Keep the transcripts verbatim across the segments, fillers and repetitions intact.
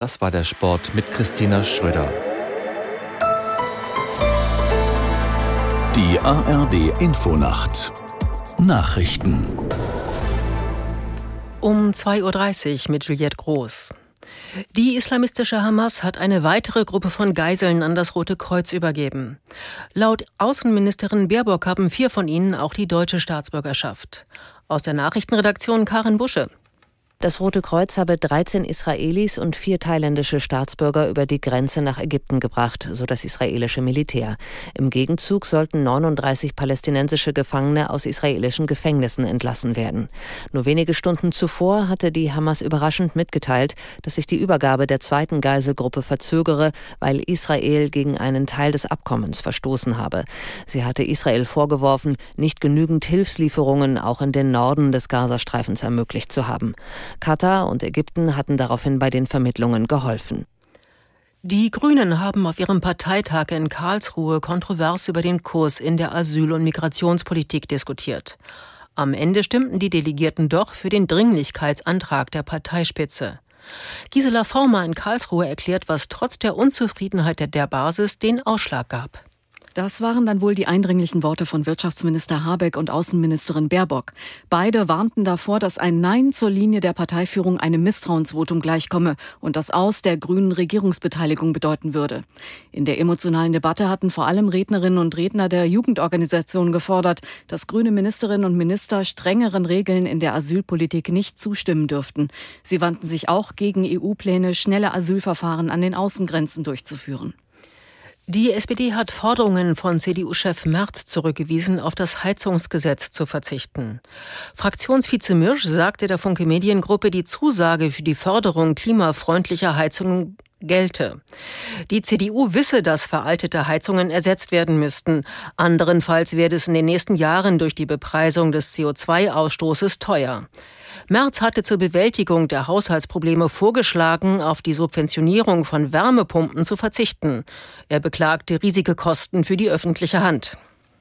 Das war der Sport mit Christina Schröder. Die A R D-Infonacht Nachrichten um zwei Uhr dreißig mit Juliette Groß. Die islamistische Hamas hat eine weitere Gruppe von Geiseln an das Rote Kreuz übergeben. Laut Außenministerin Baerbock haben vier von ihnen auch die deutsche Staatsbürgerschaft. Aus der Nachrichtenredaktion Karin Busche. Das Rote Kreuz habe dreizehn Israelis und vier thailändische Staatsbürger über die Grenze nach Ägypten gebracht, so das israelische Militär. Im Gegenzug sollten neununddreißig palästinensische Gefangene aus israelischen Gefängnissen entlassen werden. Nur wenige Stunden zuvor hatte die Hamas überraschend mitgeteilt, dass sich die Übergabe der zweiten Geiselgruppe verzögere, weil Israel gegen einen Teil des Abkommens verstoßen habe. Sie hatte Israel vorgeworfen, nicht genügend Hilfslieferungen auch in den Norden des Gazastreifens ermöglicht zu haben. Katar und Ägypten hatten daraufhin bei den Vermittlungen geholfen. Die Grünen haben auf ihrem Parteitag in Karlsruhe kontrovers über den Kurs in der Asyl- und Migrationspolitik diskutiert. Am Ende stimmten die Delegierten doch für den Dringlichkeitsantrag der Parteispitze. Gisela Former in Karlsruhe erklärt, was trotz der Unzufriedenheit der Basis den Ausschlag gab. Das waren dann wohl die eindringlichen Worte von Wirtschaftsminister Habeck und Außenministerin Baerbock. Beide warnten davor, dass ein Nein zur Linie der Parteiführung einem Misstrauensvotum gleichkomme und das Aus der grünen Regierungsbeteiligung bedeuten würde. In der emotionalen Debatte hatten vor allem Rednerinnen und Redner der Jugendorganisation gefordert, dass grüne Ministerinnen und Minister strengeren Regeln in der Asylpolitik nicht zustimmen dürften. Sie wandten sich auch gegen E U-Pläne, schnelle Asylverfahren an den Außengrenzen durchzuführen. Die S P D hat Forderungen von C D U-Chef Merz zurückgewiesen, auf das Heizungsgesetz zu verzichten. Fraktionsvize Mirsch sagte der Funke Mediengruppe, die Zusage für die Förderung klimafreundlicher Heizungen gelte. Die C D U wisse, dass veraltete Heizungen ersetzt werden müssten. Anderenfalls werde es in den nächsten Jahren durch die Bepreisung des C O zwei Ausstoßes teuer. Merz hatte zur Bewältigung der Haushaltsprobleme vorgeschlagen, auf die Subventionierung von Wärmepumpen zu verzichten. Er beklagte riesige Kosten für die öffentliche Hand.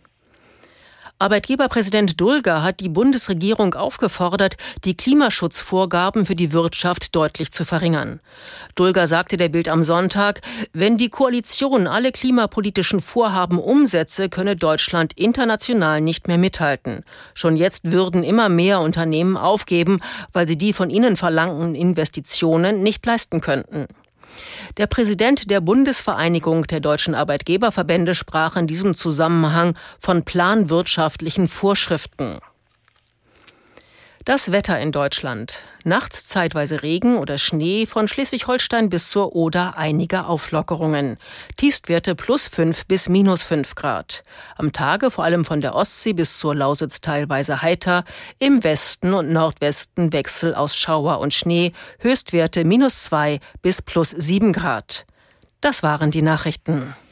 Arbeitgeberpräsident Dulger hat die Bundesregierung aufgefordert, die Klimaschutzvorgaben für die Wirtschaft deutlich zu verringern. Dulger sagte der Bild am Sonntag, wenn die Koalition alle klimapolitischen Vorhaben umsetze, könne Deutschland international nicht mehr mithalten. Schon jetzt würden immer mehr Unternehmen aufgeben, weil sie die von ihnen verlangten Investitionen nicht leisten könnten. Der Präsident der Bundesvereinigung der deutschen Arbeitgeberverbände sprach in diesem Zusammenhang von planwirtschaftlichen Vorschriften. Das Wetter in Deutschland. Nachts zeitweise Regen oder Schnee, von Schleswig-Holstein bis zur Oder einige Auflockerungen. Tiefstwerte plus fünf bis minus fünf Grad. Am Tage vor allem von der Ostsee bis zur Lausitz teilweise heiter. Im Westen und Nordwesten Wechsel aus Schauer und Schnee. Höchstwerte minus zwei bis plus sieben Grad. Das waren die Nachrichten.